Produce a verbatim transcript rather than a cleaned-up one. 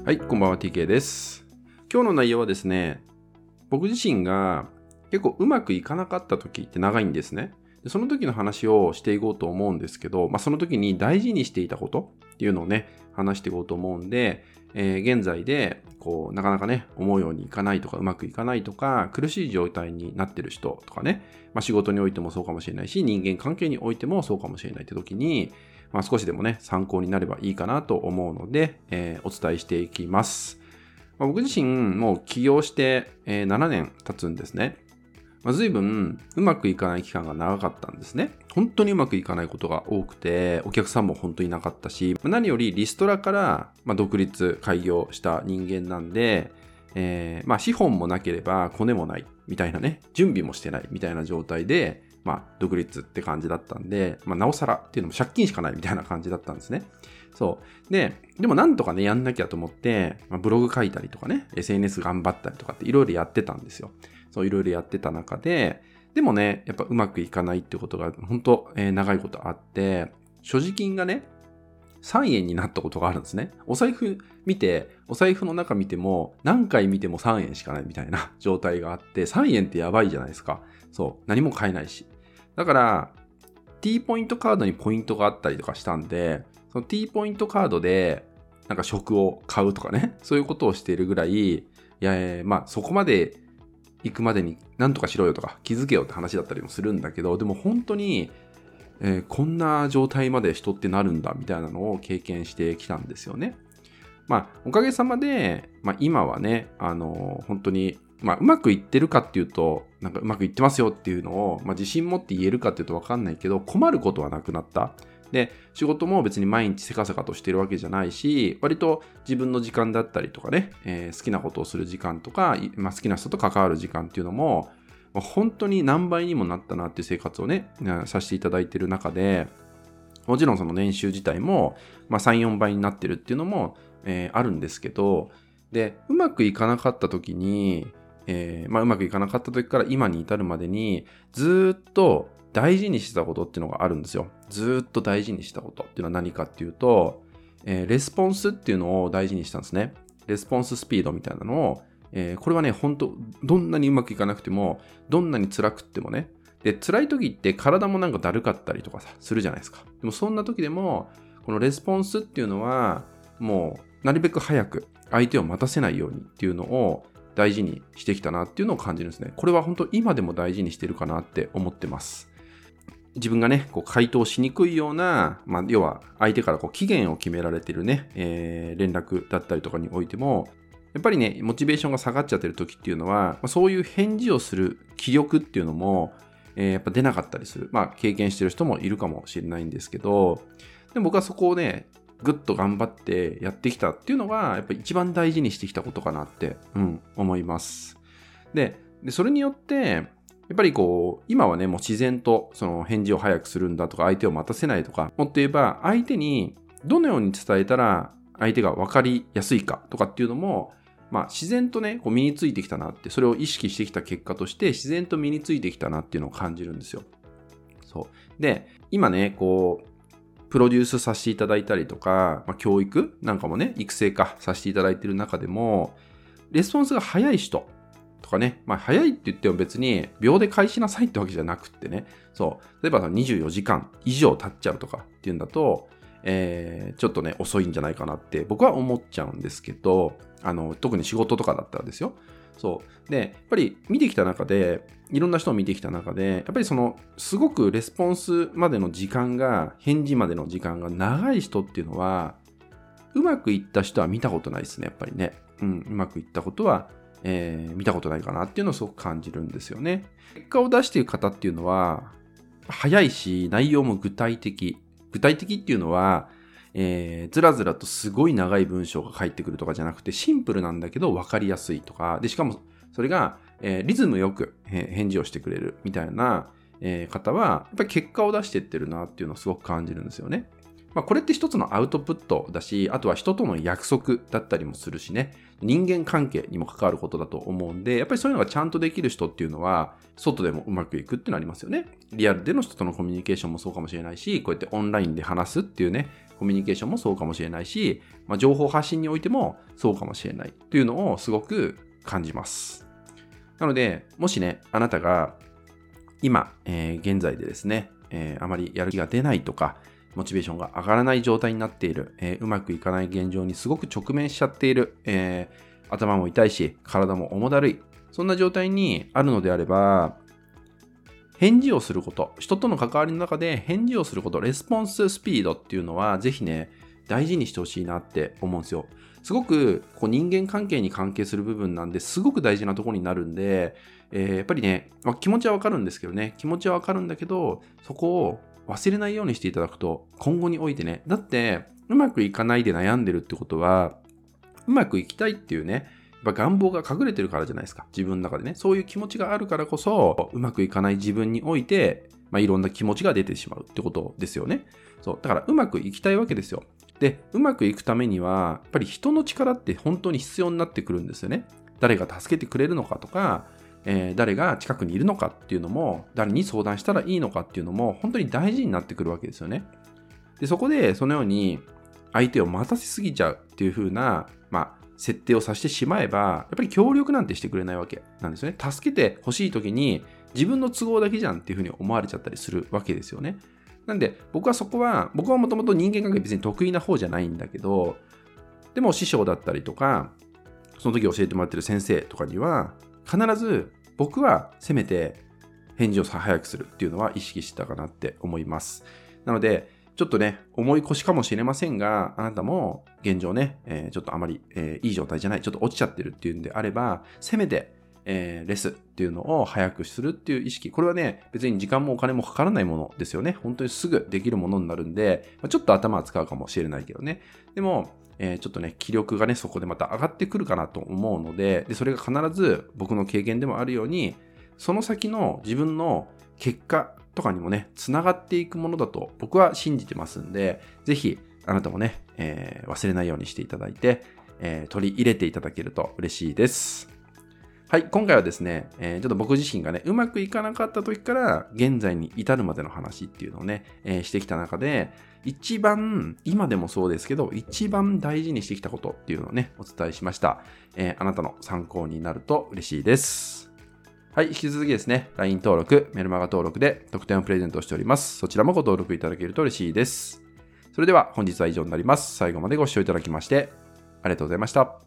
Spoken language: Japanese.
はい、こんばんは ティーケー です。今日の内容はですね、僕自身が結構うまくいかなかった時って長いんですね。でその時の話をしていこうと思うんですけど、まあ、その時に大事にしていたことっていうのをね、話していこうと思うんで、えー、現在でこうなかなかね、思うようにいかないとか、うまくいかないとか、苦しい状態になってる人とかね、まあ、仕事においてもそうかもしれないし、人間関係においてもそうかもしれないって時に、まあ、少しでもね、参考になればいいかなと思うので、えー、お伝えしていきます。まあ、僕自身もう起業して、えー、ななねん経つんですね。まあ、随分うまくいかない期間が長かったんですね。本当にうまくいかないことが多くて、お客さんも本当になかったし、何よりリストラから、まあ、独立開業した人間なんで、えー、まあ資本もなければコネもないみたいなね、準備もしてないみたいな状態で、まあ独立って感じだったんで、まあなおさらっていうのも借金しかないみたいな感じだったんですね。そう。で、でもなんとかね、やんなきゃと思って、まあ、ブログ書いたりとかね、エスエヌエス 頑張ったりとかっていろいろやってたんですよ。そういろいろやってた中で、でもね、やっぱうまくいかないってことが本当、えー、長いことあって、所持金がね、さんえんになったことがあるんですね。お財布見て、お財布の中見ても何回見てもさんえんしかないみたいな状態があって、さんえんってやばいじゃないですか。そう。何も買えないし。だから、T ポイントカードにポイントがあったりとかしたんで、その T ポイントカードでなんか食を買うとかね、そういうことをしているぐらい、いや、まあそこまで行くまでに何とかしろよとか気づけよって話だったりもするんだけど、でも本当に、えー、こんな状態まで人ってなるんだみたいなのを経験してきたんですよね。まあおかげさまで、まあ、今はね、あのー、本当にまあ、うまくいってるかっていうと、なんかうまくいってますよっていうのを、まあ、自信持って言えるかっていうとわかんないけど、困ることはなくなった。で、仕事も別に毎日せかせかとしてるわけじゃないし、割と自分の時間だったりとかね、えー、好きなことをする時間とか、まあ、好きな人と関わる時間っていうのも、まあ、本当に何倍にもなったなっていう生活をね、させていただいている中で、もちろんその年収自体も、まあ、さん、よんばいになってるっていうのも、えー、あるんですけど、で、うまくいかなかった時に、えーまあ、うまくいかなかった時から今に至るまでにずっと大事にしてたことっていうのがあるんですよ。ずっと大事にしたことっていうのは何かっていうと、えー、レスポンスっていうのを大事にしたんですね。レスポンススピードみたいなのを、えー、これはね、本当どんなにうまくいかなくても、どんなに辛くってもね、で、辛い時って体もなんかだるかったりとかさ、するじゃないですか。でもそんな時でも、このレスポンスっていうのは、もう、なるべく早く相手を待たせないようにっていうのを、大事にしてきたなっていうのを感じるんですね。これは本当今でも大事にしてるかなって思ってます。自分がね、こう回答しにくいような、まあ、要は相手からこう期限を決められてるね、えー、連絡だったりとかにおいても、やっぱりね、モチベーションが下がっちゃってる時っていうのは、まあ、そういう返事をする気力っていうのも、えー、やっぱ出なかったりする。まあ、経験してる人もいるかもしれないんですけど、でも僕はそこをね、ぐっと頑張ってやってきたっていうのが、やっぱり一番大事にしてきたことかなって、うん、思います。で、でそれによって、やっぱりこう、今はね、もう自然とその返事を早くするんだとか、相手を待たせないとか、もっと言えば、相手にどのように伝えたら相手が分かりやすいかとかっていうのも、まあ自然とね、こう身についてきたなって、それを意識してきた結果として、自然と身についてきたなっていうのを感じるんですよ。そう。で、今ね、こう、プロデュースさせていただいたりとか、まあ、教育なんかもね、育成化させていただいている中でも、レスポンスが早い人とかね、まあ、早いって言っても別に秒で返しなさいってわけじゃなくってね、そう、例えばにじゅうよじかん以上経っちゃうとかっていうんだと、えー、ちょっとね、遅いんじゃないかなって僕は思っちゃうんですけど、あの、特に仕事とかだったらですよ。そう。で、やっぱり見てきた中で、いろんな人を見てきた中で、やっぱりその、すごくレスポンスまでの時間が、返事までの時間が長い人っていうのは、うまくいった人は見たことないですね、やっぱりね。うん、うまくいったことは、えー、見たことないかなっていうのをすごく感じるんですよね。結果を出している方っていうのは、早いし、内容も具体的。具体的っていうのは、えー、ずらずらとすごい長い文章が返ってくるとかじゃなくて、シンプルなんだけど分かりやすいとか、で、しかもそれが、えー、リズムよく、えー、返事をしてくれるみたいな、えー、方は、やっぱり結果を出していってるなっていうのをすごく感じるんですよね。 まあこれって一つのアウトプットだし、あとは人との約束だったりもするしね、人間関係にも関わることだと思うんで、やっぱりそういうのがちゃんとできる人っていうのは、外でもうまくいくっていうのありますよね。リアルでの人とのコミュニケーションもそうかもしれないし、こうやってオンラインで話すっていうね、コミュニケーションもそうかもしれないし、まあ、情報発信においてもそうかもしれないというのをすごく感じます。なので、もしね、あなたが今、えー、現在でですね、えー、あまりやる気が出ないとか、モチベーションが上がらない状態になっている、えー、うまくいかない現状にすごく直面しちゃっている、えー、頭も痛いし、体も重だるい、そんな状態にあるのであれば、返事をすること、人との関わりの中で返事をすること、レスポンススピードっていうのは、ぜひね、大事にしてほしいなって思うんですよ。すごくこう人間関係に関係する部分なんで、すごく大事なところになるんで、えー、やっぱりね、まあ、気持ちはわかるんですけどね、気持ちはわかるんだけど、そこを忘れないようにしていただくと、今後においてね、だって、うまくいかないで悩んでるってことは、うまくいきたいっていうね、やっぱ願望が隠れてるからじゃないですか。自分の中でね。そういう気持ちがあるからこそ、うまくいかない自分において、まあ、いろんな気持ちが出てしまうってことですよね。そう。だから、うまくいきたいわけですよ。で、うまくいくためには、やっぱり人の力って本当に必要になってくるんですよね。誰が助けてくれるのかとか、えー、誰が近くにいるのかっていうのも、誰に相談したらいいのかっていうのも、本当に大事になってくるわけですよね。で、そこで、そのように、相手を待たせすぎちゃうっていう風な、まあ、設定をさせてしまえば、やっぱり協力なんてしてくれないわけなんですよね。助けてほしい時に自分の都合だけじゃんっていうふうに思われちゃったりするわけですよね。なんで僕はそこは、僕はもともと人間関係別に得意な方じゃないんだけど、でも師匠だったりとか、その時教えてもらってる先生とかには、必ず僕はせめて返事を早くするっていうのは意識したかなって思います。なので、ちょっとね、重い腰かもしれませんが、あなたも現状ね、えー、ちょっとあまり、えー、いい状態じゃない、ちょっと落ちちゃってるっていうんであれば、せめて、えー、レスっていうのを早くするっていう意識。これはね、別に時間もお金もかからないものですよね。本当にすぐできるものになるんで、ちょっと頭は使うかもしれないけどね。でも、えー、ちょっとね、気力がね、そこでまた上がってくるかなと思うので、で、それが必ず僕の経験でもあるように、その先の自分の結果とかにもね、つながっていくものだと僕は信じてますんで、ぜひあなたもね、えー、忘れないようにしていただいて、えー、取り入れていただけると嬉しいです。はい、今回はですね、えー、ちょっと僕自身がね、うまくいかなかった時から現在に至るまでの話っていうのをね、えー、してきた中で、一番、今でもそうですけど、一番大事にしてきたことっていうのをね、お伝えしました。えー、あなたの参考になると嬉しいです。はい、引き続きですね、ライン 登録、メルマガ登録で特典をプレゼントしております。そちらもご登録いただけると嬉しいです。それでは本日は以上になります。最後までご視聴いただきましてありがとうございました。